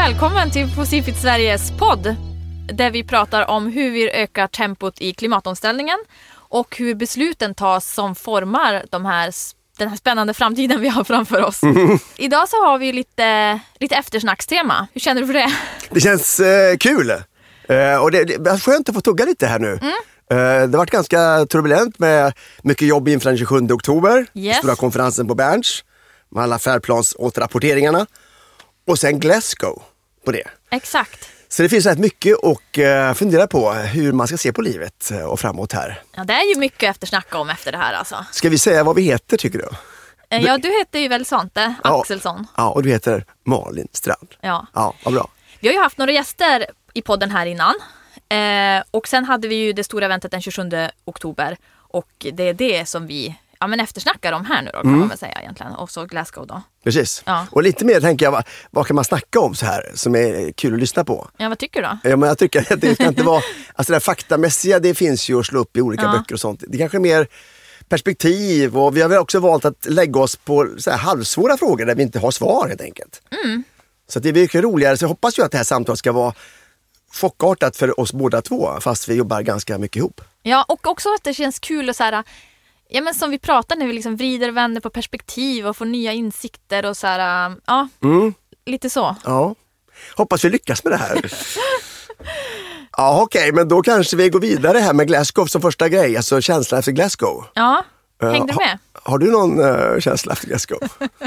Välkommen till Fossilfritt Sveriges podd där vi pratar om hur vi ökar tempot i klimatomställningen och hur besluten tas som formar den här spännande framtiden vi har framför oss. Idag så har vi lite eftersnackstema. Hur känner du för det? Det känns kul. Och det är skönt att få tugga lite här nu. Det har varit ganska turbulent med mycket jobb inför den 27 oktober. Yes. Stora konferensen på Berns med alla färdplans återrapporteringarna. Och sen Glasgow på det. Exakt. Så det finns rätt mycket att fundera på hur man ska se på livet och framåt här. Ja, det är ju mycket eftersnacka om efter det här alltså. Ska vi säga vad vi heter tycker du? Ja, du heter ju väl Svante Axelsson. Ja, och du heter Malin Strand. Ja. Ja, vad bra. Vi har ju haft några gäster i podden här innan. Och sen hade vi ju det stora eventet den 27 oktober. Och det är det som vi eftersnackar om här nu då, kan man väl säga egentligen. Och så Glasgow då. Precis. Ja. Och lite mer tänker jag, vad kan man snacka om så här som är kul att lyssna på? Ja, vad tycker du då? Ja, men jag tycker att det ska inte vara, alltså det här faktamässiga, det finns ju att slå upp i olika böcker och sånt. Det kanske är mer perspektiv och vi har väl också valt att lägga oss på så här halvsvåra frågor där vi inte har svar helt enkelt. Så det är mycket roligare, så jag hoppas ju att det här samtalet ska vara chockartat för oss båda två, fast vi jobbar ganska mycket ihop. Ja, och också att det känns kul och så här, ja men som vi pratar när vi liksom vrider och vänder på perspektiv och får nya insikter och så här, lite så. Ja, hoppas vi lyckas med det här. Ja, okej, men då kanske vi går vidare här med Glasgow som första grej, alltså känslan efter Glasgow. Ja, hängde du med? Har du någon känsla efter Glasgow?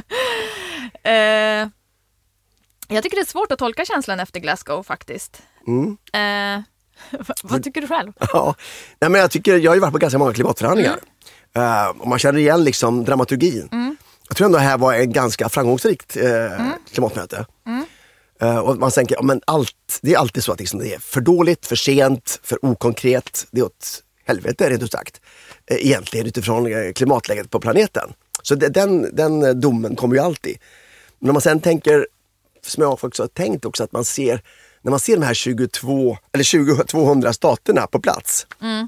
Jag tycker det är svårt att tolka känslan efter Glasgow faktiskt. Vad tycker du själv? Ja, nej, men jag har ju varit på ganska många klimatförhandlingar. Och man känner igen liksom dramaturgin. Jag tror ändå det här var ett ganska framgångsrikt klimatmöte. Och man tänker, men det är alltid så att liksom det är för dåligt, för sent, för okonkret. Det är åt helvete rent ut sagt. Egentligen utifrån klimatläget på planeten. Så den domen kommer ju alltid. Men när man sen tänker, som jag också har tänkt också, att man ser, när man ser de här 200 staterna på plats.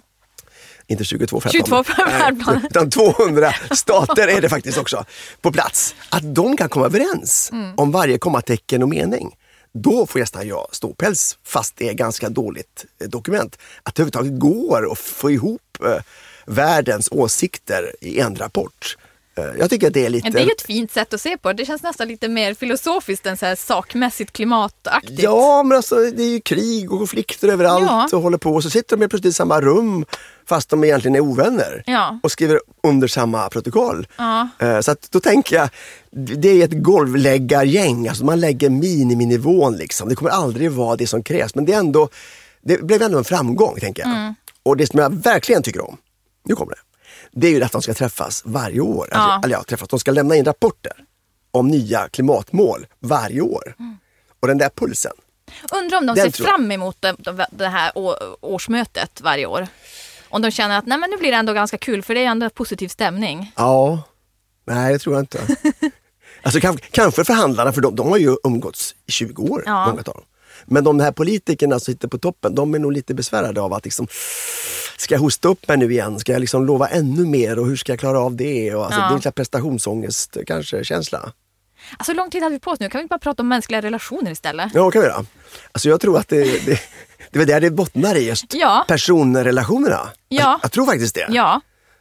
Inte 22 färdplanen. Utan 200 stater är det faktiskt också på plats. Att de kan komma överens om varje kommatecken och mening. Då får jag ståpäls, fast det är ganska dåligt dokument. Att det överhuvudtaget går att få ihop världens åsikter i en rapport. Jag tycker att det är lite... Det är ju ett fint sätt att se på. Det känns nästan lite mer filosofiskt än så här sakmässigt klimataktigt. Ja, men alltså det är ju krig och konflikter överallt och håller på. Och så sitter de plötsligt i samma rum fast de egentligen är ovänner. Ja. Och skriver under samma protokoll. Så att då tänker jag, det är ett golvläggargäng. Alltså man lägger miniminivån liksom. Det kommer aldrig vara det som krävs. Men det blev ändå en framgång, tänker jag. Och det som jag verkligen tycker om, nu kommer det är ju att de ska träffas varje år. De ska lämna in rapporter om nya klimatmål varje år. Och den där pulsen. Undrar om de ser fram emot det här årsmötet varje år. Om de känner att nej, men nu blir det ändå ganska kul, för det är ändå positiv stämning. Ja, nej det tror jag inte. Alltså kanske förhandlarna, för de har ju umgåtts i 20 år, många av dem. Men de här politikerna som sitter på toppen, de är nog lite besvärade av att liksom, ska jag hosta upp mig nu igen? Ska jag liksom lova ännu mer? Och hur ska jag klara av det? Och alltså, det är en sån här prestationsångest, kanske, känsla. Alltså hur lång tid hade vi på oss nu? Kan vi inte bara prata om mänskliga relationer istället? Ja, kan vi göra. Alltså jag tror att det är där det bottnar i just personrelationerna. Ja. Jag tror faktiskt det. Ja.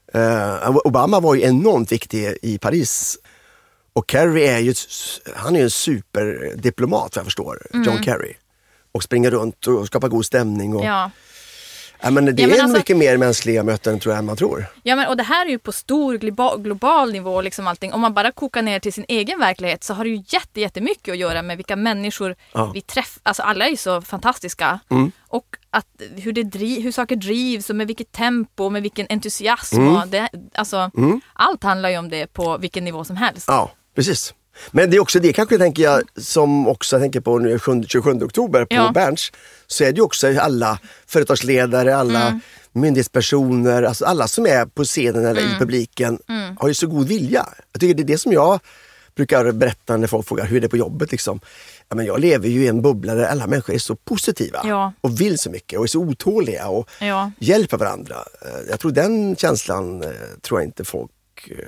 Obama var ju enormt viktig i Paris. Och Kerry är ju en superdiplomat, vad jag förstår. John Kerry. Och springer runt och skapar god stämning. Och, men det är mycket mer mänskliga möten, tror jag, än man tror. Ja, men och det här är ju på stor global nivå liksom allting. Om man bara kokar ner till sin egen verklighet så har det ju jättemycket att göra med vilka människor vi träffar. Alltså alla är ju så fantastiska. Och att hur saker drivs och med vilket tempo, med vilken entusiasm. Och allt handlar ju om det på vilken nivå som helst. Ja, precis. Men det är också det kanske tänker jag, som också jag tänker på nu 27 oktober på Berns, så är det ju också alla företagsledare, alla myndighetspersoner, alltså alla som är på scenen eller i publiken har ju så god vilja. Jag tycker det är det som jag brukar berätta när folk frågar hur är det på jobbet liksom. Ja, men jag lever ju i en bubbla där alla människor är så positiva och vill så mycket och är så otåliga och hjälper varandra. Jag tror den känslan tror jag inte folk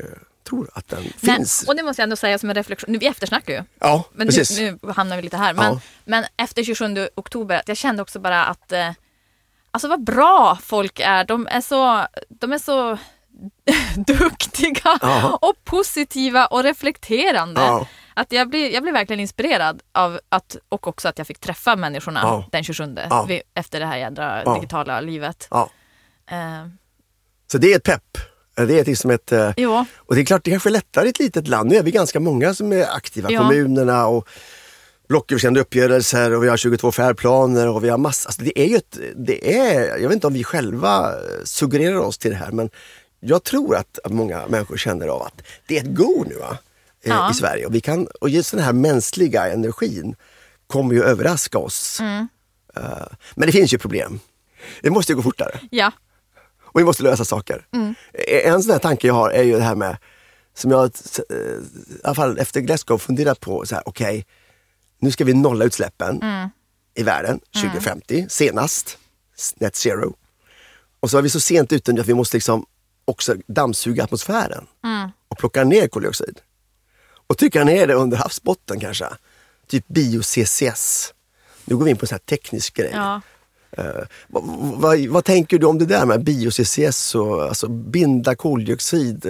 tror att den finns. Och det måste jag ändå säga som en reflektion. Nu vi eftersnackar ju. Ja, men precis. Nu hamnar vi lite här. Men efter 27 oktober, att jag kände också bara att alltså vad bra folk är. De är så duktiga och positiva och reflekterande. Ja. Att jag blir verkligen inspirerad av att, och också att jag fick träffa människorna den 27 efter det här jädra digitala livet. Ja. Så det är ett pepp. Det är liksom ett... Och det är klart, det kanske är lättare i ett litet land. Nu är vi ganska många som är aktiva. Kommunerna och blocköverskridande uppgörelser och vi har 22 färdplaner och vi har massa... Alltså jag vet inte om vi själva suggererar oss till det här, men jag tror att många människor känner av att det är ett go nu i Sverige. Och just den här mänskliga energin kommer ju överraska oss. Men det finns ju problem. Det måste ju gå fortare. Ja. Och vi måste lösa saker. En sån här tanke jag har är ju det här med, som jag i alla fall efter Glasgow funderat på, så här, okej, nu ska vi nolla utsläppen i världen 2050, senast, net zero. Och så är vi så sent ute att vi måste liksom också dammsuga atmosfären och plocka ner koldioxid. Och trycka ner det under havsbotten kanske. Typ bio-CCS. Nu går vi in på så här teknisk grej. Ja. Vad tänker du om det där med bio-CCS och alltså binda koldioxid?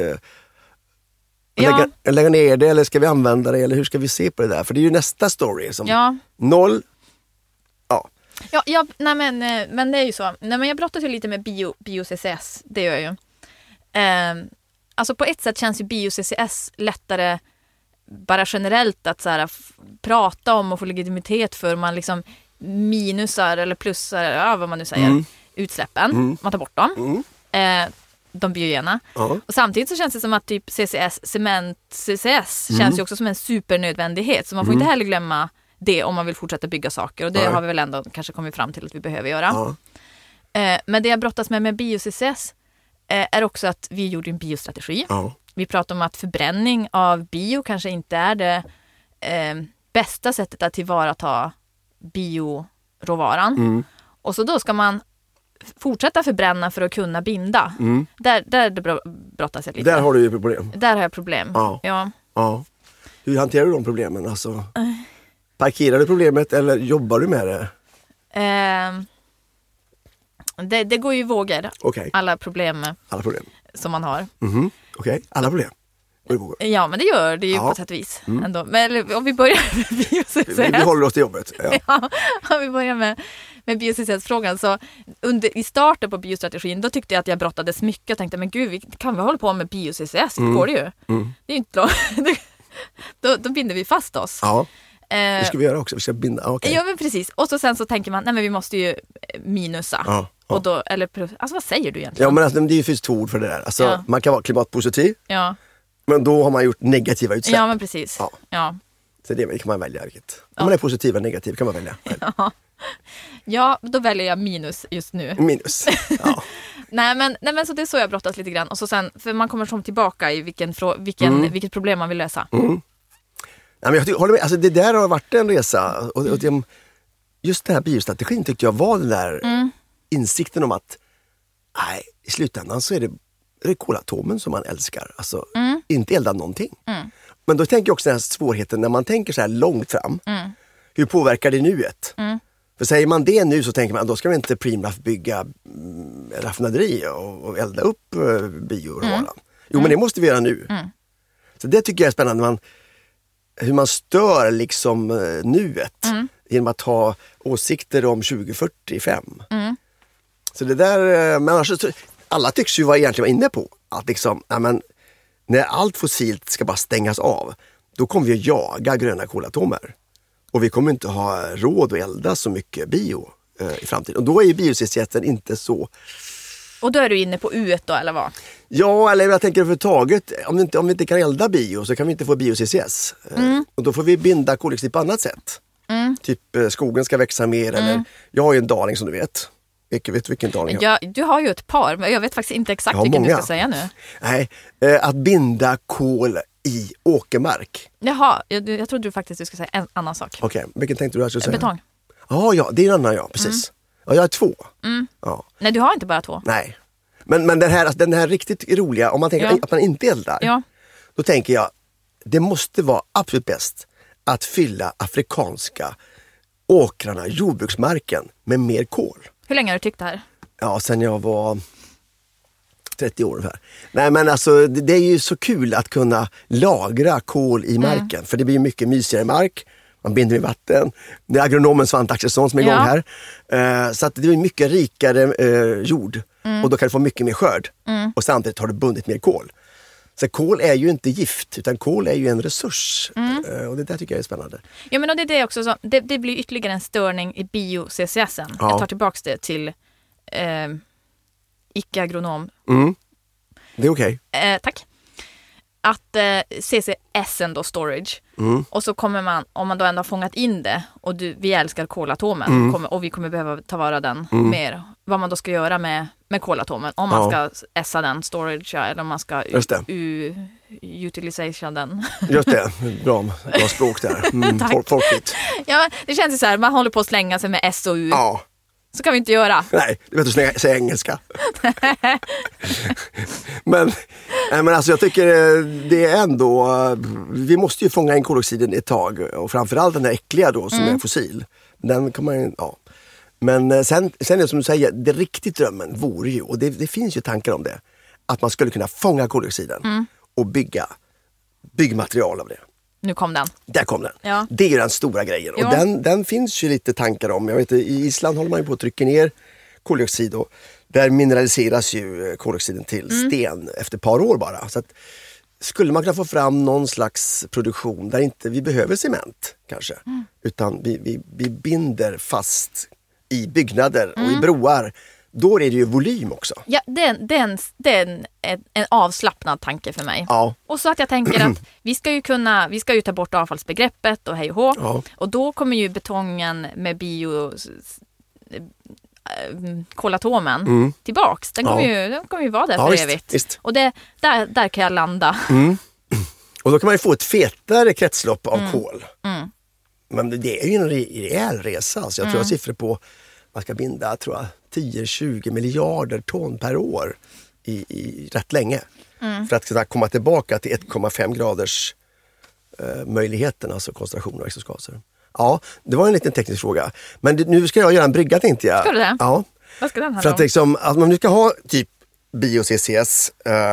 Lägga ner det, eller ska vi använda det, eller hur ska vi se på det där? För det är ju nästa story som noll. Men det är ju så. Nej, men jag brottas ju lite med bio-CCS, det gör jag ju. Alltså på ett sätt känns ju bio-CCS lättare bara generellt att så här, prata om och få legitimitet för. Man liksom minusar eller plussar, vad man nu säger, utsläppen. Man tar bort dem. De biogena. Och samtidigt så känns det som att typ cement-CCS känns ju också som en supernödvändighet. Så man får inte heller glömma det om man vill fortsätta bygga saker. Och det har vi väl ändå kanske kommit fram till att vi behöver göra. Men det jag brottas med bio-CCS är också att vi gjorde en biostrategi. Vi pratar om att förbränning av bio kanske inte är det bästa sättet att tillvarata bioråvaran. Och så då ska man fortsätta förbränna för att kunna binda. Där brottas jag lite. Där har du ju problem. Där har jag problem. Ja. Hur hanterar du de problemen? Alltså, parkerar du problemet eller jobbar du med det? Det går ju i vågor. Okay. Alla problem som man har. Okej, alla problem. Ja, men det gör det ju på ett sätt vis. Ändå. Men om vi börjar med bio-CCS. Vi håller oss till jobbet. Om vi börjar med bio-CCS-frågan, så i starten på biostrategin, då tyckte jag att jag brottades mycket och tänkte, men gud, kan vi hålla på med bio-CCS? Det går det ju. Det är ju inte då binder vi fast oss. Ja. Det ska vi göra också, vi ska binda. Okay. Ja, men precis. Och sen så tänker man, nej men vi måste ju minusa. Och då, eller, alltså vad säger du egentligen? Ja, men alltså, det är ju finns två ord för det där. Alltså, man kan vara klimatpositiv. Men då har man gjort negativa utsläpp. Ja, men precis. Så det kan man välja. Om man är positiv och negativ kan man välja. Ja, då väljer jag minus just nu. Minus, ja. nej, men så det är så jag brottas lite grann. Och så sen, för man kommer som tillbaka i vilket problem man vill lösa. Ja, men jag håller med. Alltså, det där har varit en resa. Och just den här biostrategin tyckte jag var den där insikten om att i slutändan så är det kolatomen som man älskar. Alltså, inte elda någonting. Men då tänker jag också den här svårigheten när man tänker så här långt fram. Hur påverkar det nuet? För säger man det nu så tänker man att då ska vi inte Preemraff bygga raffinaderi och elda upp bioråvaran. Jo, men det måste vi göra nu. Så det tycker jag är spännande. Hur man stör liksom nuet genom att ha åsikter om 2045. Så det där, men annars, alla tycks ju egentligen vara inne på att liksom, när allt fossilt ska bara stängas av, då kommer vi att jaga gröna kolatomer. Och vi kommer inte ha råd att elda så mycket bio i framtiden. Och då är ju bio-CCS inte så... Och då är du inne på U1 då, eller vad? Ja, eller jag tänker överhuvudtaget, om vi inte kan elda bio så kan vi inte få bio-CCS. Och då får vi binda koldioxid på annat sätt. Typ skogen ska växa mer, eller jag har ju en daling som du vet. Vet du vilken daling? Ja, du har ju ett par, men jag vet faktiskt inte exakt vilken du ska säga nu. Nej, att binda kol i åkermark. Jaha, jag trodde faktiskt du skulle säga en annan sak. Okej, vilken tänkte du att jag skulle säga? Betong. Ja, det är en annan, precis. Ja, jag har 2. Ja. Nej, du har inte bara 2. Nej. Men den här riktigt roliga, om man tänker att man inte eldar, Då tänker jag, det måste vara absolut bäst att fylla afrikanska åkrarna, jordbruksmarken med mer kol. Hur länge har du tyckt det här? Ja, sen jag var 30 år ungefär. Nej, men alltså det är ju så kul att kunna lagra kol i marken. För det blir mycket mysigare mark. Man binder i vatten. Det är agronomen Svante Axelsson som är igång här. Så att det blir mycket rikare jord. Och då kan du få mycket mer skörd. Och samtidigt har du bundit mer kol. Så kol är ju inte gift, utan kol är ju en resurs. Och det där tycker jag är spännande. Ja, men och det är också så, det blir ytterligare en störning i bio-CCSen. Jag tar tillbaka det till icke-agronom. Det är okej. Tack. Att CCSen då, storage. Och så kommer man, om man då ändå har fångat in det och vi älskar kolatomen och vi kommer behöva ta vara den mer. Vad man då ska göra med kolatomen. Om man ska essa den, storage, eller om man ska utilisation den. Just det, bra språk där. Folkligt. Ja, det känns ju så här, man håller på att slänga sig med S och U. Ja. Så kan vi inte göra. Nej, det vet du säga engelska. men alltså jag tycker det är ändå, vi måste ju fånga in koldioxiden ett tag. Och framförallt den där äckliga då som är fossil. Den kan man ju, Men sen är det som du säger, det riktigt drömmen vore ju, och det finns ju tankar om det, att man skulle kunna fånga koldioxiden och bygga byggmaterial av det. Nu kom den. Där kom den. Ja. Det är ju den stora grejen. Ja. Och den finns ju lite tankar om. Jag vet, i Island håller man ju på att trycka ner koldioxid. Och där mineraliseras ju koldioxiden till sten efter ett par år bara. Så att, skulle man kunna få fram någon slags produktion där inte vi behöver cement kanske. Utan vi binder fast i byggnader och i broar. Då är det ju volym också. Ja, det är en avslappnad tanke för mig. Ja. Och så att jag tänker att vi ska ju ta bort avfallsbegreppet och hej och hå. Ja. Och då kommer ju betongen med kolatomen tillbaks. Den kommer ju vara där för evigt. Visst. Och där kan jag landa. Och då kan man ju få ett fetare kretslopp av kol. Men det är ju en rejäl resa. Alltså jag tror jag siffror på man ska binda, tror jag, 10-20 miljarder ton per år i rätt länge. För att kunna komma tillbaka till 1,5 graders möjligheten, alltså koncentration av växthusgaser. Ja, det var en liten teknisk fråga. Men nu ska jag göra en brygga, tänkte jag. Ska du det? Ja. Vad ska den handla om? För att liksom, alltså, man nu ska ha typ bio-CCS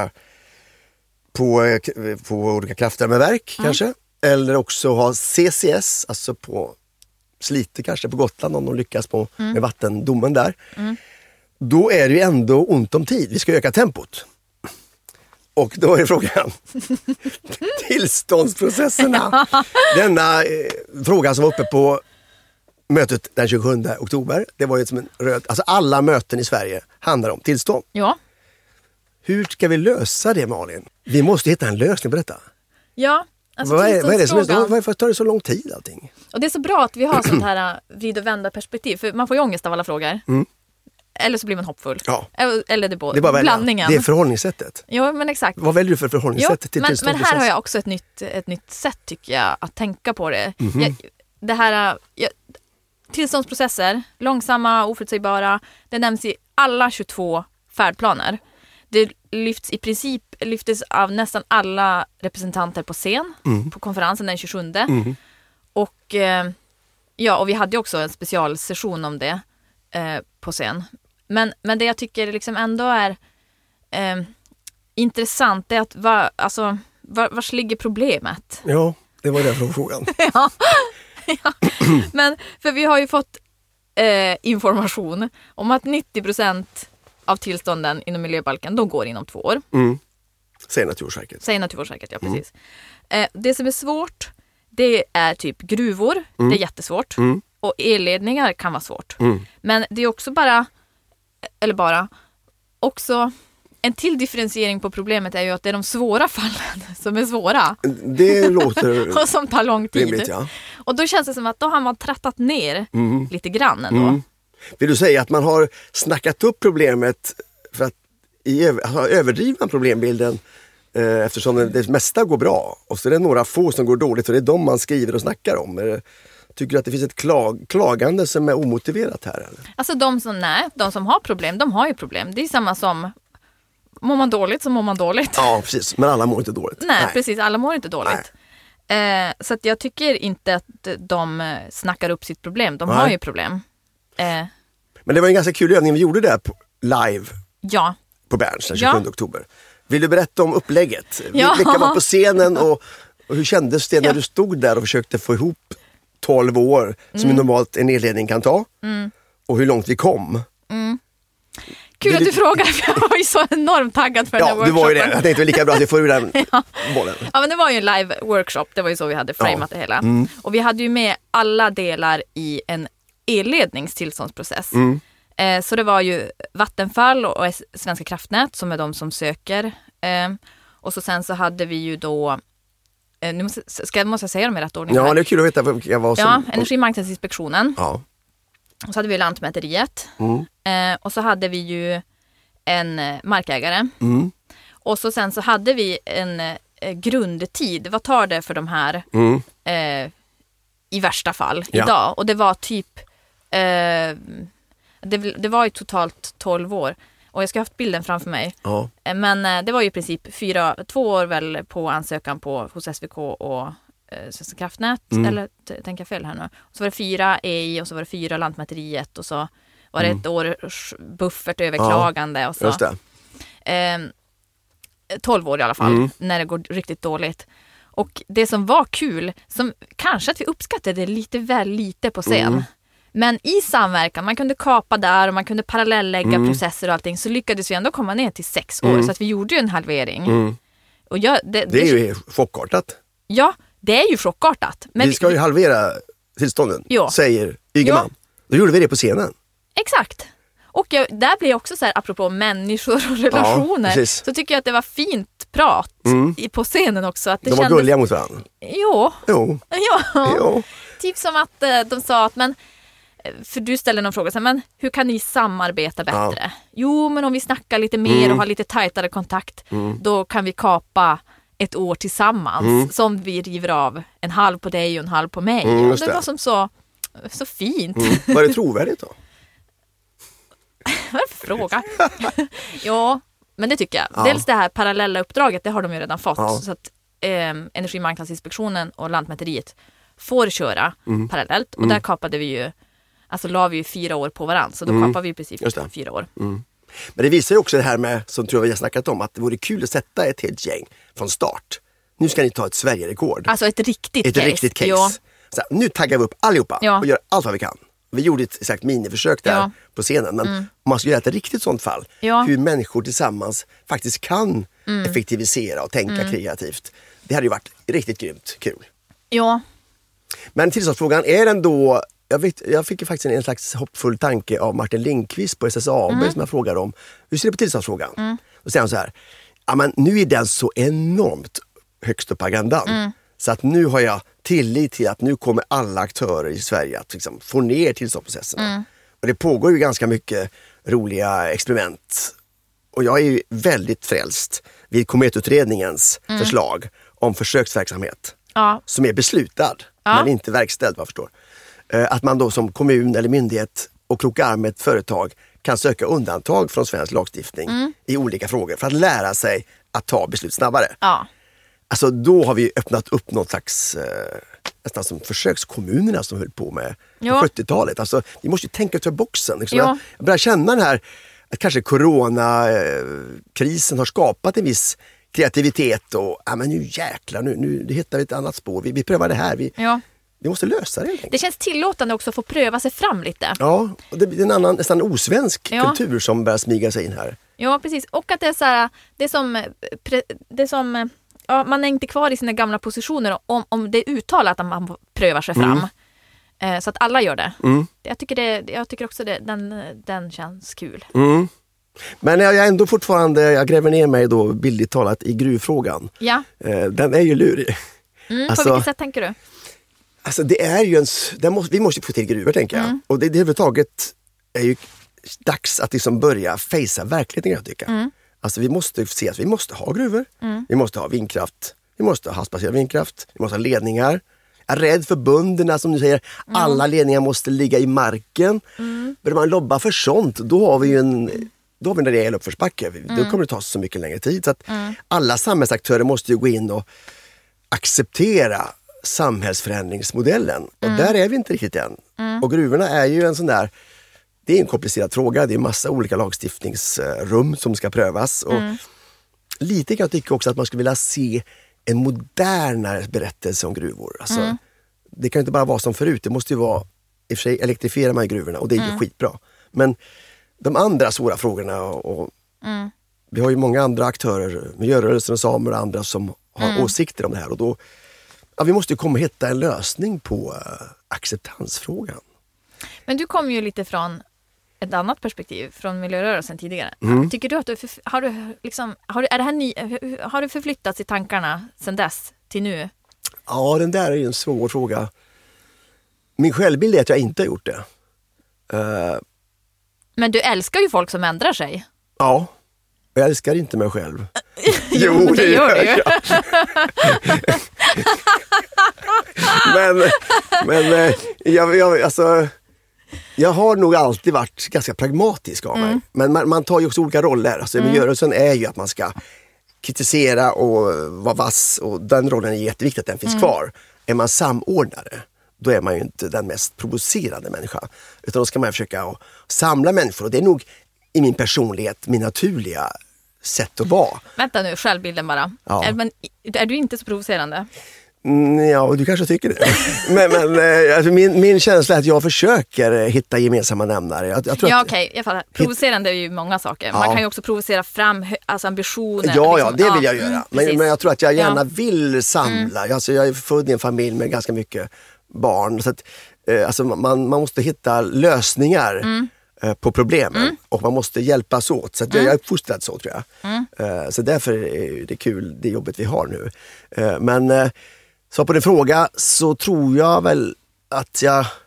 på olika kraftvärmeverk kanske. Eller också ha CCS, alltså på Slite kanske på Gotland om de lyckas med vattendomen där. Då är det ju ändå ont om tid. Vi ska öka tempot. Och då är frågan tillståndsprocesserna. Denna fråga som var uppe på mötet den 27 oktober. Det var ju som en röd, alltså alla möten i Sverige handlar om tillstånd. Ja. Hur ska vi lösa det, Malin? Vi måste hitta en lösning på detta. Ja. Alltså varför tar det så lång tid allting? Och det är så bra att vi har sånt här vid- och vända perspektiv. För man får ju ångest av alla frågor. Eller så blir man hoppfull. Ja. Eller det är bara blandningen. Det är förhållningssättet. Ja, men exakt. Vad väljer du för förhållningssätt till tillståndsprocess? Men här har jag också ett nytt sätt, tycker jag, att tänka på det. Tillståndsprocesser, långsamma, oförutsägbara, det nämns i alla 22 färdplaner. Det lyftes av nästan alla representanter på scen på konferensen den 27. Och och vi hade också en specialsession om det på scen. Men det jag tycker liksom ändå är intressant är att vars ligger problemet? Ja, det var den frågan. ja. Men för vi har ju fått information om att 90% av tillstånden inom miljöbalken, de går inom 2 år. Säger Naturvårdsverket. Ja, precis. Det som är svårt, det är typ gruvor. Det är jättesvårt. Och elledningar kan vara svårt. Men det är också också en till differentiering på problemet är ju att det är de svåra fallen som är svåra. Det låter och som tar lång tid. Rimligt, ja. Och då känns det som att då har man trattat ner lite grann ändå. Vill du säga att man har snackat upp problemet för att överdriva problembilden eftersom det mesta går bra och så är det några få som går dåligt och det är de man skriver och snackar om? Tycker du att det finns ett klagande som är omotiverat här? Eller? Alltså de som har problem, de har ju problem. Det är samma som mår man dåligt så mår man dåligt. Ja, precis. Men alla mår inte dåligt. Nej, precis. Alla mår inte dåligt. Så att jag tycker inte att de snackar upp sitt problem. De har ju problem. Men det var en ganska kul övning vi gjorde där på live på Berns den 27 oktober. Vill du berätta om upplägget? Vilka var på scenen och hur kändes det när du stod där och försökte få ihop 12 år som normalt en elledning kan ta? Och hur långt vi kom? Kul att du frågar, för jag var ju så enormt taggad för den här workshopen. Ja, du var ju det. Jag tänkte lika bra att vi får ur den bollen. Ja, men det var ju en live workshop. Det var ju så vi hade framat det hela. Och vi hade ju med alla delar i en elledningstillståndsprocess. Så det var ju Vattenfall och Svenska kraftnät som är de som söker. Och så sen så hade vi ju då måste jag säga dem i rätt ordning här? Ja, det är kul att veta vilka var som... Ja, Energimarknadsinspektionen. Ja. Och så hade vi Lantmäteriet. Och så hade vi ju en markägare. Och så sen så hade vi en grundtid. Vad tar det för de här i värsta fall idag? Och det var typ det var ju totalt 12 år. Och jag ska ha haft bilden framför mig. Ja. Men det var ju i princip 2 år väl på ansökan hos SVK och Svenska kraftnät. Eller tänker jag fel här nu. Och så var det 4 EI och så var det 4 Lantmäteriet. Och så var det ett års buffert överklagande. Och så. Just det. 12 år i alla fall. När det går riktigt dåligt. Och det som var kul, som kanske att vi uppskattade lite väl lite på scen. Men i samverkan, man kunde kapa där och man kunde parallellägga processer och allting, så lyckades vi ändå komma ner till 6 år. Så att vi gjorde ju en halvering. Och det är ju chockartat. Ja, det är ju chockartat. Men vi ska ju halvera tillstånden, säger Ygeman. Då gjorde vi det på scenen. Exakt. Och där blir jag också så här, apropå människor och relationer, så tycker jag att det var fint prat på scenen också. Att det de var gulliga mot varandra. Jo. Typ som att de sa att för du ställde någon fråga så här, men hur kan ni samarbeta bättre? Jo, men om vi snackar lite mer och har lite tajtare kontakt, då kan vi kapa 1 år tillsammans. Som vi river av 1/2 på dig och 1/2 på mig. Och det var som så fint. Var det trovärdigt då? Vad är det för fråga? Ja, men det tycker jag. Dels det här parallella uppdraget, det har de ju redan fått. Så att Energimarknadsinspektionen och Lantmäteriet får köra parallellt. Och där kapade vi ju, alltså la vi ju 4 år på varandra. Så då kapar vi i princip 4 år. Men det visar ju också det här med, som tror jag vi har snackat om, att det vore kul att sätta ett helt gäng från start. Nu ska ni ta ett Sverige-rekord. Alltså ett riktigt case. Ja. Så här, nu taggar vi upp allihopa och gör allt vad vi kan. Vi gjorde ett exakt miniförsök där på scenen. Men om man ska göra ett riktigt sånt fall, hur människor tillsammans faktiskt kan effektivisera och tänka kreativt. Det hade ju varit riktigt grymt kul. Ja. Men tillståndsfrågan är den då... Jag fick ju faktiskt en slags hoppfull tanke av Martin Lindqvist på SSAB som jag frågade om. Hur ser du på tillståndsfrågan? Då säger han så här, ja, men nu är den så enormt högst upp på agendan. Så att nu har jag tillit till att nu kommer alla aktörer i Sverige att liksom få ner tillståndsprocesserna. Och det pågår ju ganska mycket roliga experiment. Och jag är ju väldigt frälst vid Kometutredningens förslag om försöksverksamhet. Som är beslutad, men inte verkställd, vad jag förstår. Att man då som kommun eller myndighet och kroka arm med ett företag kan söka undantag från svensk lagstiftning i olika frågor för att lära sig att ta beslut snabbare. Alltså då har vi öppnat upp något slags nästan som försökskommunerna som höll på med på 70-talet. Alltså vi måste ju tänka utanför boxen. Liksom. Jag börjar känna den här att kanske coronakrisen har skapat en viss kreativitet och men nu jäklar, nu hittar vi ett annat spår. Vi prövar det här. Vi måste lösa det. Det känns tillåtande också att få pröva sig fram lite. Ja, och det är en annan nästan osvensk kultur som börjar smyga sig in här. Ja, precis. Och att det är så här, det som man är inte kvar i sina gamla positioner om det är uttalat att man prövar sig fram. Så att alla gör det. Jag tycker också den känns kul. Men jag ändå fortfarande, jag gräver ner mig då bildligt talat i gruvfrågan. Ja. Den är ju lurig. På vilket sätt tänker du? Alltså det är ju vi måste få till gruvor, tänker jag. Och det överhuvudtaget är ju dags att liksom börja fejsa verkligheten, jag tycker. Alltså vi måste se att vi måste ha gruvor. Vi måste ha vindkraft. Vi måste ha havsbaserad vindkraft. Vi måste ha ledningar. Jag är rädd för bönderna som du säger. Alla ledningar måste ligga i marken. Börjar man lobba för sånt, då har vi ju då har vi en rejäl uppförsbacke. Då kommer det ta så mycket längre tid. Så att alla samhällsaktörer måste ju gå in och acceptera samhällsförändringsmodellen. Och där är vi inte riktigt än. Och gruvorna är ju en sån där, det är en komplicerad fråga. Det är massa olika lagstiftningsrum som ska prövas. Och lite kan jag tycka också att man skulle vilja se en modernare berättelse om gruvor. Alltså, det kan inte bara vara som förut. Det måste ju vara, i och för sig elektrifierar man i gruvorna och det är ju skitbra. Men de andra svåra frågorna och vi har ju många andra aktörer, miljörörelsen och samer och andra som har åsikter om det här. Och då, vi måste ju komma och hitta en lösning på acceptansfrågan. Men du kom ju lite från ett annat perspektiv, från miljörörelsen tidigare. Tycker du att har du förflyttats i tankarna sedan dess till nu? Ja, den där är ju en svår fråga. Min självbild är att jag inte har gjort det. Men du älskar ju folk som ändrar sig. Ja, jag älskar inte mig själv. Jo, det gör du ju. Men jag har nog alltid varit ganska pragmatisk av mig. Men man tar ju också olika roller. Alltså, miljörörelsen är ju att man ska kritisera och vara vass. Och den rollen är jätteviktig att den finns kvar. Är man samordnare, då är man ju inte den mest provocerande människan. Utan då ska man försöka samla människor. Och det är nog i min personlighet, min naturliga sätt att vara. Vänta nu, självbilden bara. Ja. Är du inte så provocerande? Ja, du kanske tycker det. men alltså min känsla är att jag försöker hitta gemensamma nämnare. Okej, jag fattar. Provocerande är ju många saker. Ja. Man kan ju också provocera fram ambitioner. Ja, det vill jag göra. Men jag tror att jag gärna vill samla. Alltså, jag är född i en familj med ganska mycket barn. Så att, alltså, man måste hitta lösningar på problemen. Och man måste hjälpas åt. Så att jag är uppfostrad så, tror jag. Så därför är det kul, det jobbet vi har nu. Men så på din fråga så tror jag väl att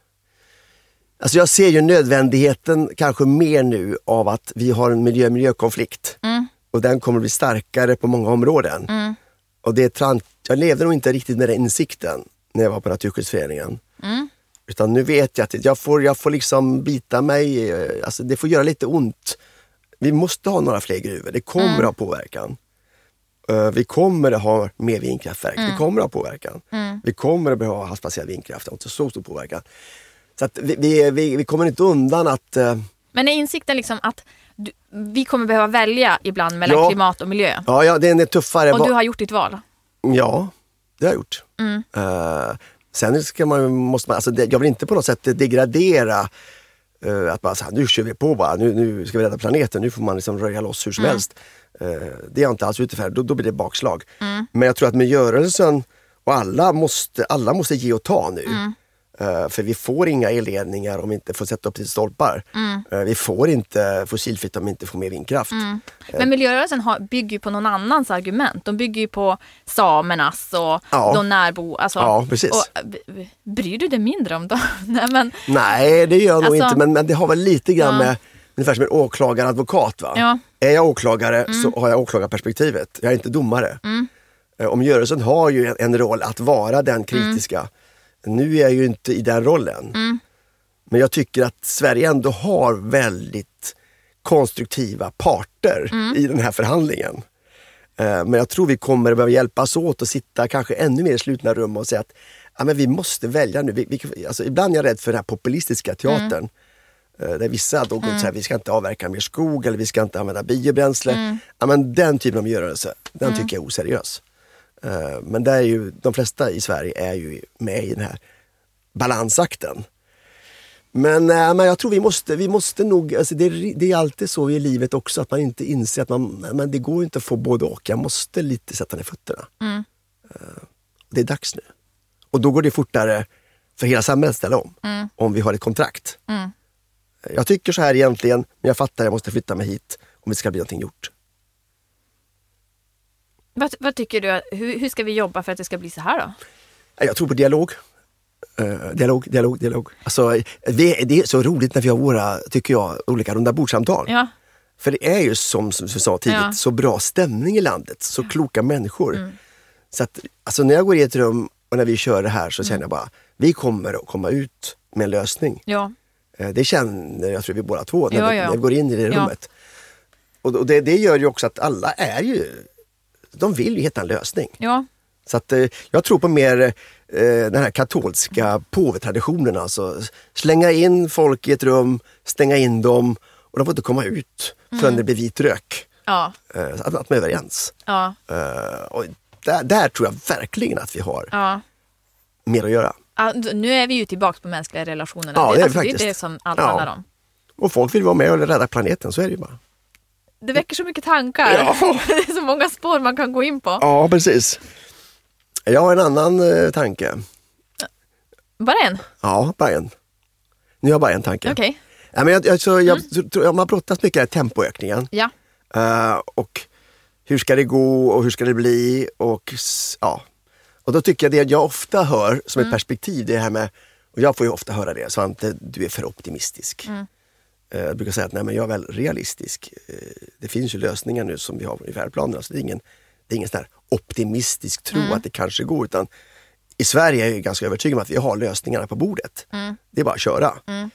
jag ser ju nödvändigheten kanske mer nu av att vi har en miljökonflikt. Och den kommer bli starkare på många områden. Och jag levde nog inte riktigt med den insikten när jag var på Naturskyddsföreningen. Utan nu vet jag att jag får liksom bita mig, alltså det får göra lite ont. Vi måste ha några fler gruvor, det kommer att ha påverkan. Vi kommer att ha mer vindkraftverk, det kommer att ha påverkan. Vi kommer att behöva havsbaserad vindkraft, inte så stor påverkan. Så att vi kommer inte undan att... Men är insikten liksom att vi kommer behöva välja ibland mellan klimat och miljö? Ja, det är tuffare. Och du har gjort ditt val? Ja, det har jag gjort. Sen måste man, alltså jag vill inte på något sätt degradera att bara så här, nu kör vi på bara, nu ska vi rädda planeten, nu får man liksom röja loss hur som helst. Det är jag inte alls ute för, då blir det bakslag. Men jag tror att miljörörelsen och alla måste ge och ta nu. För vi får inga elledningar om vi inte får sätta upp till stolpar. Vi får inte fossilfritt om vi inte får mer vindkraft. Men miljörörelsen bygger ju på någon annans argument. De bygger ju på samernas och de närbo. Alltså, ja, precis. Och, bryr du dig mindre om dem? Nej, det gör jag nog inte. Men det har väl lite grann med, ungefär som en åklagaradvokat. Va? Ja. Är jag åklagare så har jag åklagarperspektivet. Jag är inte domare. Och miljörörelsen har ju en roll att vara den kritiska. Nu är jag ju inte i den rollen. Men jag tycker att Sverige ändå har väldigt konstruktiva parter i den här förhandlingen. Men jag tror vi kommer att behöva hjälpas åt och sitta kanske ännu mer i slutna rum och säga att men vi måste välja nu. Alltså, ibland är jag rädd för den här populistiska teatern. Där vissa då säger vi ska inte avverka mer skog eller vi ska inte använda biobränsle. Ja, men den typen av miljörörelse, den tycker jag är oseriös. Men det är ju, de flesta i Sverige är ju med i den här balansakten. Men jag tror vi måste nog, alltså det är alltid så i livet också att man inte inser att men det går inte att få både och. Jag måste lite sätta ner fötterna. Det är dags nu. Och då går det fortare för hela samhället att ställa om vi har ett kontrakt. Jag tycker så här egentligen, men jag fattar att jag måste flytta mig hit om det ska bli någonting gjort. Vad tycker du? Hur ska vi jobba för att det ska bli så här då? Jag tror på dialog. Dialog. Alltså, det är så roligt när vi har våra, tycker jag, olika runda bordsamtal. Ja. För det är ju som vi sa tidigt, så bra stämning i landet. Så kloka människor. Så att, alltså, när jag går i ett rum och när vi kör det här så känner jag bara, vi kommer att komma ut med en lösning. Ja. Det känner jag tror vi båda två när vi går in i det rummet. Och det gör ju också att alla de vill ju hitta en lösning. Ja. Så att jag tror på mer den här katolska påvetraditionen. Alltså slänga in folk i ett rum, stänga in dem och de får inte komma ut förrän det blir vit rök. Ja. Att man är överens. Ja. Och där tror jag verkligen att vi har mer att göra. Ja, nu är vi ju tillbaka på mänskliga relationer. Ja, det är det är det som allt handlar om. Och folk vill vara med och rädda planeten, så är det ju bara. Det väcker så mycket tankar. Ja. Det är så många spår man kan gå in på. Ja, precis. Jag har en annan tanke. Bara en? Ja, bara en. Nu har jag bara en tanke. Okej. Ja, men jag tror man har brottats mycket med tempoökningen. Ja. Och hur ska det gå och hur ska det bli? Och då tycker jag det jag ofta hör som ett perspektiv, det här med, och jag får ju ofta höra det, Svante, du är för optimistisk. Jag brukar säga att nej, men jag är väl realistisk. Det finns ju lösningar nu som vi har i färdplanerna, så det är ingen sån här optimistisk tro att det kanske går, utan i Sverige är jag ganska övertygad om att vi har lösningarna på bordet. Det är bara att köra.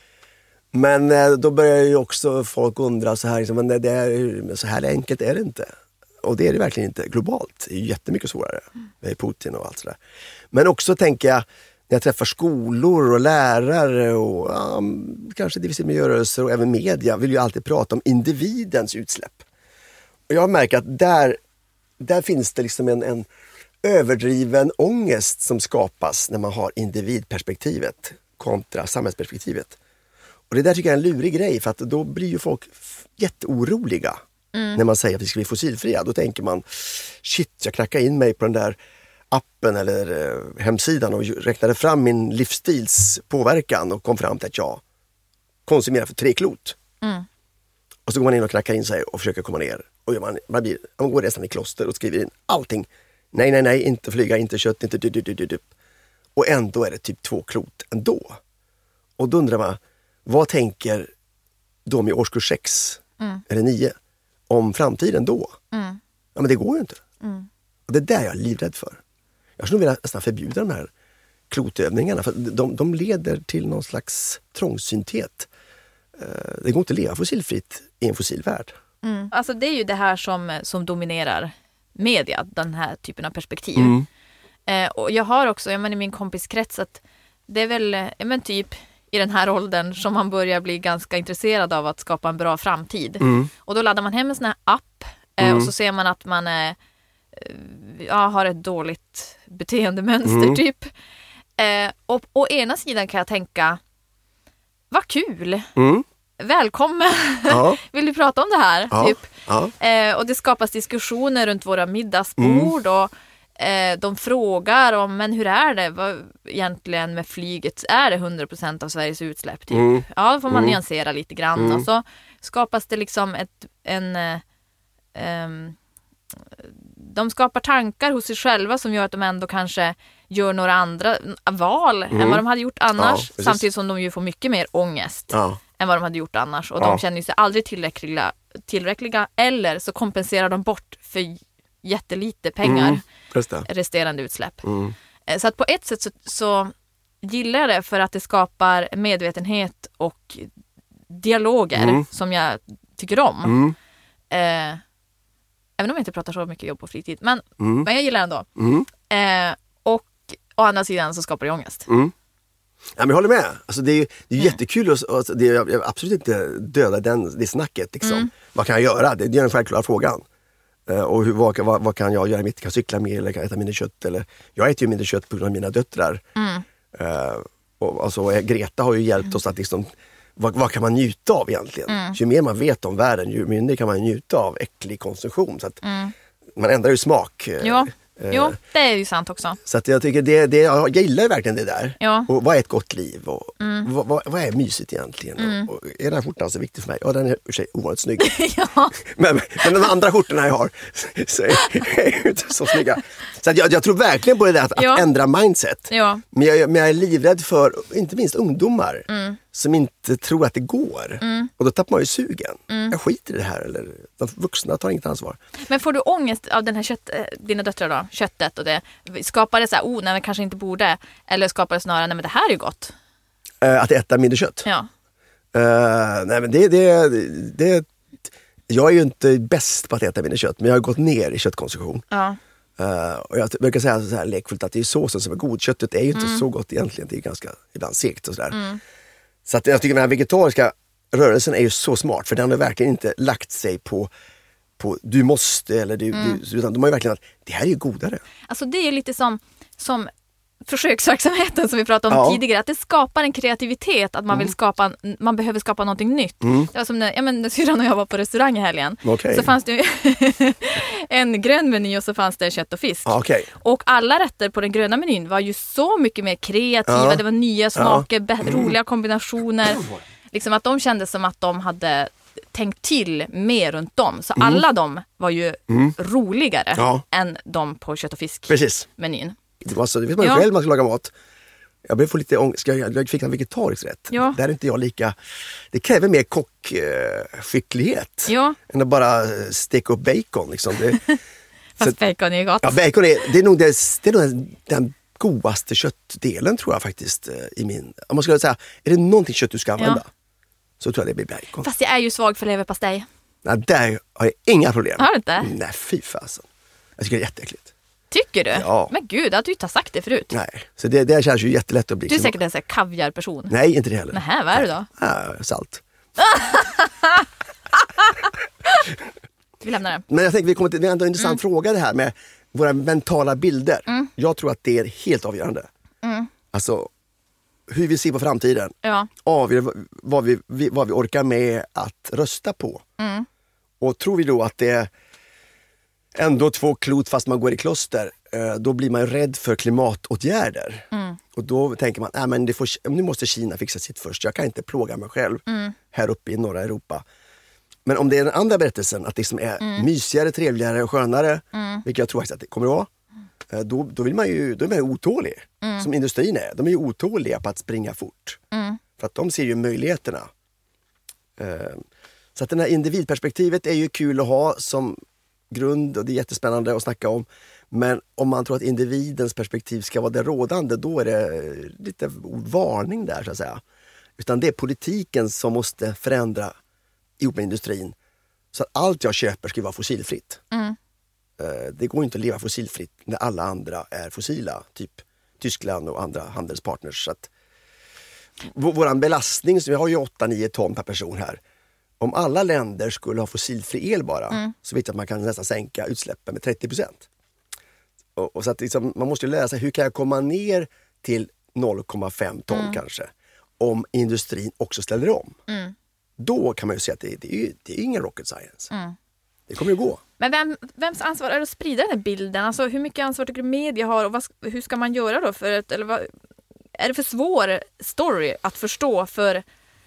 Men då börjar ju också folk undra så här, liksom, men så här enkelt är det inte. Och det är det verkligen inte globalt. Det är ju jättemycket svårare med Putin och allt sådär. Men också tänker jag, när jag träffar skolor och lärare och kanske divisionmiljörörelser och även media, vill ju alltid prata om individens utsläpp. Och jag märker att där finns det liksom en överdriven ångest som skapas när man har individperspektivet kontra samhällsperspektivet. Och det där tycker jag är en lurig grej, för att då blir ju folk jätteoroliga när man säger att vi ska bli fossilfria. Då tänker man, shit, jag knackade in mig på den där appen eller hemsidan och räknade fram min livsstils påverkan och kom fram till att jag konsumerar för 3 klot. Och så går man in och knackar in sig och försöker komma ner. Och man går nästan i kloster och skriver in allting. Nej, inte flyga, inte kött, inte Och ändå är det typ 2 klot ändå. Och då undrar man, vad tänker de i årskurs 6 eller 9 om framtiden då? Ja, men det går ju inte. Och det är där jag är livrädd för. Jag skulle vilja nästan förbjuda de här klotövningarna, för de leder till någon slags trångsynthet. Det går inte att leva fossilfritt i en fossilvärld. Alltså det är ju det här som dominerar media, den här typen av perspektiv. Och jag har också, i min kompiskrets, att det är väl typ i den här åldern som man börjar bli ganska intresserad av att skapa en bra framtid. Och då laddar man hem en sån här app och så ser man att man har ett dåligt beteendemönster typ. Och å ena sidan kan jag tänka, vad kul! Välkommen! Ja. Vill du prata om det här? Ja. Typ. Ja. Och det skapas diskussioner runt våra middagsbord och de frågar om, men hur är det egentligen med flyget? Är det 100% av Sveriges utsläpp? Typ? Ja, då får man nyansera lite grann. Och så skapas det liksom de skapar tankar hos sig själva som gör att de ändå kanske gör några andra val än vad de hade gjort annars. Ja, samtidigt som de ju får mycket mer ångest än vad de hade gjort annars. Och de känner sig aldrig tillräckliga, eller så kompenserar de bort för jättelite pengar resterande utsläpp. Så att på ett sätt så gillar jag det, för att det skapar medvetenhet och dialoger som jag tycker om. Även om jag inte pratar så mycket jobb på fritid. Men jag gillar ändå. Och å andra sidan så skapar det ångest. Ja, men jag håller med. Alltså, det är jättekul. Jag absolut inte döda det snacket. Liksom. Vad kan jag göra? Det är den självklara frågan. Och vad kan jag göra? Kan jag cykla mer eller kan jag äta mindre kött? Eller, jag äter ju mindre kött på grund av mina döttrar. Och alltså, Greta har ju hjälpt oss att liksom, vad kan man njuta av egentligen? Ju mer man vet om världen, ju mindre kan man njuta av äcklig konsumtion. Så att man ändrar ju smak. Jo, det är ju sant också. Så att jag tycker jag gillar verkligen det där. Ja. Och vad är ett gott liv? Och vad är mysigt egentligen? Och är den här skjortan så viktig för mig? Ja, den är i och för sig ovanligt snygg. men de andra skjortorna jag har så är inte så snygga. Så att jag tror verkligen på det där att ändra mindset. Ja. Men jag är livrädd för, inte minst ungdomar, som inte tror att det går. Och då tappar man ju sugen. Jag skiter i det här. Eller de vuxna tar inget ansvar. Men får du ångest av den här dina döttrar då? Köttet och det. Skapar det så här, nej men kanske inte borde. Eller skapar det snarare, nej men det här är ju gott. Att äta mindre kött? Ja. Nej men det Jag är ju inte bäst på att äta mindre kött, men jag har gått ner i köttkonsumtion. Ja. Och jag brukar säga så här lekfullt att det är såsen som är god. Köttet är ju inte så gott egentligen. Det är ganska ibland segt och sådär. Så att jag tycker den här vegetariska rörelsen är ju så smart. För den har verkligen inte lagt sig på du måste eller utan de har ju verkligen att det här är ju godare. Alltså det är ju lite som försöksverksamheten som vi pratade om tidigare, att det skapar en kreativitet, att man vill man behöver skapa någonting nytt. Det var som när syrran och jag var på restaurang i helgen. Så fanns det en grön meny och så fanns det kött och fisk. Och alla rätter på den gröna menyn var ju så mycket mer kreativa, det var nya smaker, roliga kombinationer. Liksom att de kände som att de hade tänkt till mer runt dem. Så alla de var ju roligare än de på kött och fisk-menyn. Det vet man ju själv man ska laga mat. Jag börjar få lite ångest. Jag fick en vegetarisk rätt. Där är inte jag lika... Det kräver mer kockskicklighet än att bara steka upp bacon. Liksom. Fast bacon är gott. Ja, bacon är nog den godaste köttdelen tror jag faktiskt. Om man skulle säga, är det någonting kött du ska använda så tror jag det blir bacon. Fast jag är ju svag för leverpastej. Nej, där har jag inga problem. Har du inte? Nej, fy fasen. Jag tycker det är jätteäckligt. Tycker du? Ja. Men gud, att du inte har sagt det förut. Nej, så det känns ju jättelätt att bli. Du är säkert en sån här kaviarperson. Nej, inte det heller. Nähä, vad är du då? Salt. Vi lämnar det. Men jag tänker vi kommer till en intressant fråga det här med våra mentala bilder. Jag tror att det är helt avgörande. Alltså hur vi ser på framtiden. Avgör vad vi orkar med att rösta på. Och tror vi då att det är ändå 2 klot fast man går i kloster, då blir man rädd för klimatåtgärder. Och då tänker man, men nu måste Kina fixa sitt först. Jag kan inte plåga mig själv här uppe i norra Europa. Men om det är den andra berättelsen, att det som är mysigare, trevligare och skönare, vilket jag tror att det kommer att vara, då är man ju otålig. Som industrin är. De är ju otåliga på att springa fort. För att de ser ju möjligheterna. Så att det här individperspektivet är ju kul att ha som grund och det är jättespännande att snacka om. Men om man tror att individens perspektiv ska vara det rådande, då är det lite varning där så att säga. Utan det är politiken som måste förändra ihop med industrin. Så att allt jag köper ska vara fossilfritt. Det går inte att leva fossilfritt när alla andra är fossila. Typ Tyskland och andra handelspartners. Så att våran belastning, så vi har ju 8-9 ton per person här. Om alla länder skulle ha fossilfri el bara, så vet jag att man kan nästan sänka utsläppen med 30%. Och så att liksom, man måste ju lära sig, hur kan jag komma ner till 0,5 ton kanske? Om industrin också ställer om. Då kan man ju säga att det är ingen rocket science. Det kommer ju gå. Men vems ansvar är det att sprida den här bilden? Alltså, hur mycket ansvar tycker du media har och hur ska man göra då? Är det för svår story att förstå för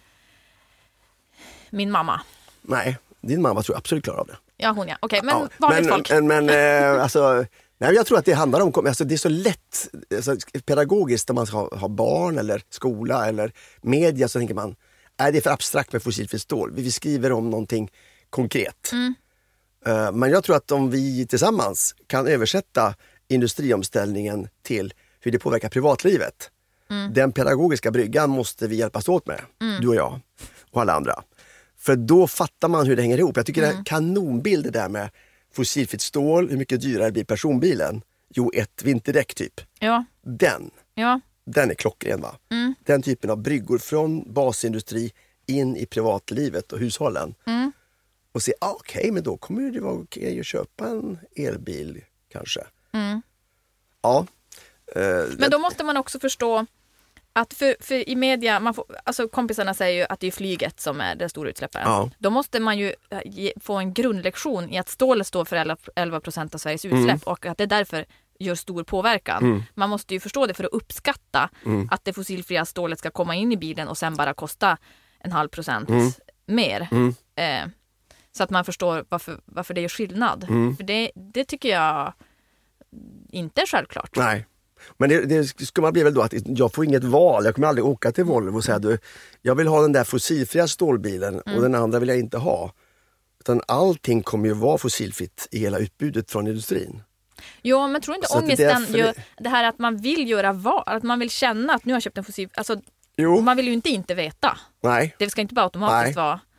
min mamma? Nej, din mamma tror jag absolut klarar av det. Ja, hon ja. Okej, men vanligt folk. Alltså, nej, jag tror att det handlar om, alltså, det är så lätt alltså, pedagogiskt när man ska ha barn eller skola eller media, så tänker man, är det för abstrakt med fossilfritt stål? Vi skriver om någonting konkret. Men jag tror att om vi tillsammans kan översätta industriomställningen till hur det påverkar privatlivet. Den pedagogiska bryggan måste vi hjälpas åt med, du och jag och alla andra. För då fattar man hur det hänger ihop. Jag tycker det är kanonbild det där med fossilfritt stål, hur mycket dyrare blir personbilen? Jo, ett vinterdäck typ. Ja. Den är klockren va? Den typen av bryggor från basindustri in i privatlivet och hushållen. Och se, okej, men då kommer det vara okej att köpa en elbil kanske. Ja. Men då måste man också förstå att för i media, alltså kompisarna säger ju att det är flyget som är den stora utsläpparen. Då måste man ju få en grundlektion i att stålet står för 11% av Sveriges utsläpp och att det därför gör stor påverkan. Man måste ju förstå det för att uppskatta att det fossilfria stålet ska komma in i bilen och sen bara kosta 0,5% mer. Så att man förstår varför det gör skillnad. För det tycker jag inte är självklart. Nej. Men det ska man bli väl då att jag får inget val. Jag kommer aldrig åka till Volvo och säga jag vill ha den där fossilfria stålbilen och den andra vill jag inte ha. Utan allting kommer ju vara fossilfritt i hela utbudet från industrin. Ja, men tror inte ångesten gör det här att man vill göra val, att man vill känna att nu har jag köpt en fossil, alltså man vill ju inte veta. Nej. Det ska inte bara automatiskt vara.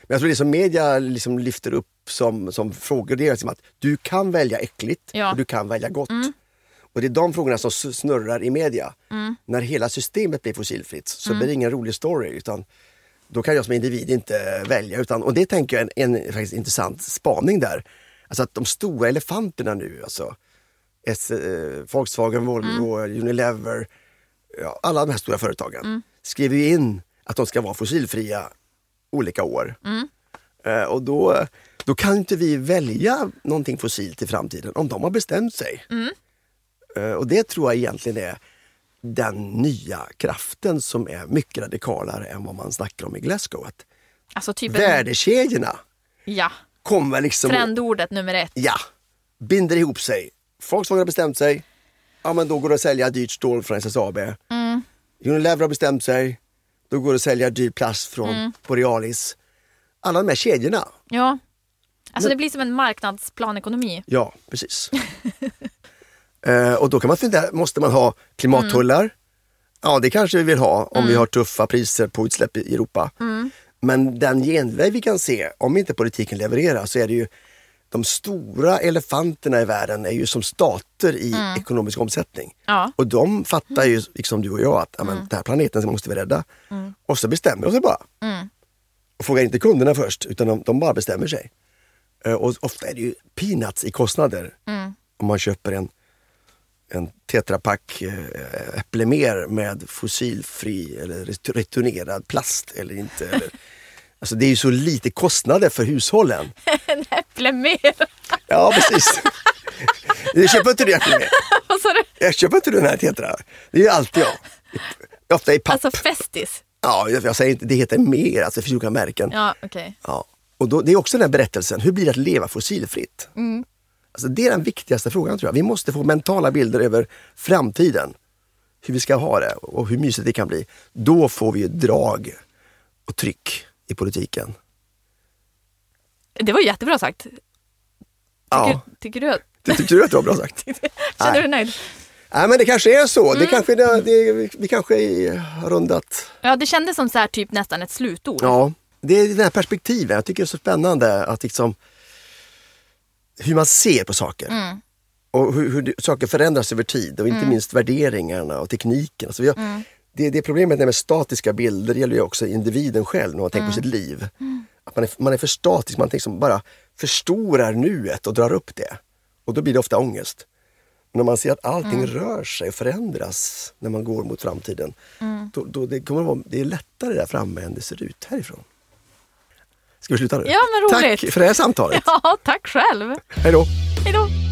Men jag tror det som media liksom lyfter upp som frågor, det är liksom att du kan välja äckligt och du kan välja gott. Och det är de frågorna som snurrar i media. När hela systemet blir fossilfritt så blir det ingen rolig story, utan då kan jag som individ inte välja. Och det tänker jag är en faktiskt intressant spaning där. Alltså att de stora elefanterna nu, alltså Volkswagen, Volvo, Unilever, alla de här stora företagen skriver ju in att de ska vara fossilfria olika år. Och då kan inte vi välja någonting fossilt i framtiden om de har bestämt sig. Och det tror jag egentligen är den nya kraften som är mycket radikalare än vad man snackar om i Glasgow. Att alltså typ värdekedjorna kommer liksom... Trendordet nummer 1. Ja, binder ihop sig. Volkswagen har bestämt sig. Ja, men då går det att sälja dyrt stål från SSAB. Unilever har bestämt sig. Då går det att sälja dyr plast från Borealis. Alla de här kedjorna. Ja, alltså det blir som en marknadsplanekonomi. Ja, precis. Och då kan man fundera, måste man ha klimattullar? Ja, det kanske vi vill ha om vi har tuffa priser på utsläpp i Europa. Men den genväg vi kan se, om inte politiken levererar, så är det ju de stora elefanterna i världen är ju som stater i ekonomisk omsättning. Ja. Och de fattar ju, liksom du och jag, att den här planeten måste vi rädda. Och så bestämmer de sig bara. Och frågar inte kunderna först, utan de bara bestämmer sig. Och ofta är det ju peanuts i kostnader. Om man köper en tetrapack äpplemer med fossilfri eller returnerad plast eller inte. Eller, alltså det är ju så lite kostnader för hushållen. En äpplemer. Ja, precis. Jag köper inte det äpplemer. Vad sa du? Jag köper inte den här tetra. Det är ju alltid jag. Ofta i papp. Alltså Festis. Ja, jag säger inte, det heter mer, alltså det finns olika märken. Ja, okej. Ja. Och då, det är också den här berättelsen, hur blir det att leva fossilfritt? Alltså det är den viktigaste frågan, tror jag. Vi måste få mentala bilder över framtiden. Hur vi ska ha det och hur mysigt det kan bli. Då får vi ju drag och tryck i politiken. Det var jättebra sagt. Tycker du att... Tycker du att det var bra sagt? Känner du dig nöjd? Nej, men det kanske är så. Vi kanske har rundat. Ja, det kändes som så här typ nästan ett slutord. Ja, det är den här perspektiven. Jag tycker det är så spännande att liksom hur man ser på saker. Och hur saker förändras över tid och inte minst värderingarna och tekniken. Alltså det problemet med statiska bilder gäller ju också individen själv när man tänker på sitt liv. Att man är för statisk, man liksom bara förstorar nuet och drar upp det. Och då blir det ofta ångest. Men när man ser att allting rör sig och förändras när man går mot framtiden, då det är lättare där framme än det ser ut härifrån. Ska vi sluta nu? Ja, men roligt. Tack för det här samtalet. Ja, tack själv. Hej då. Hej då.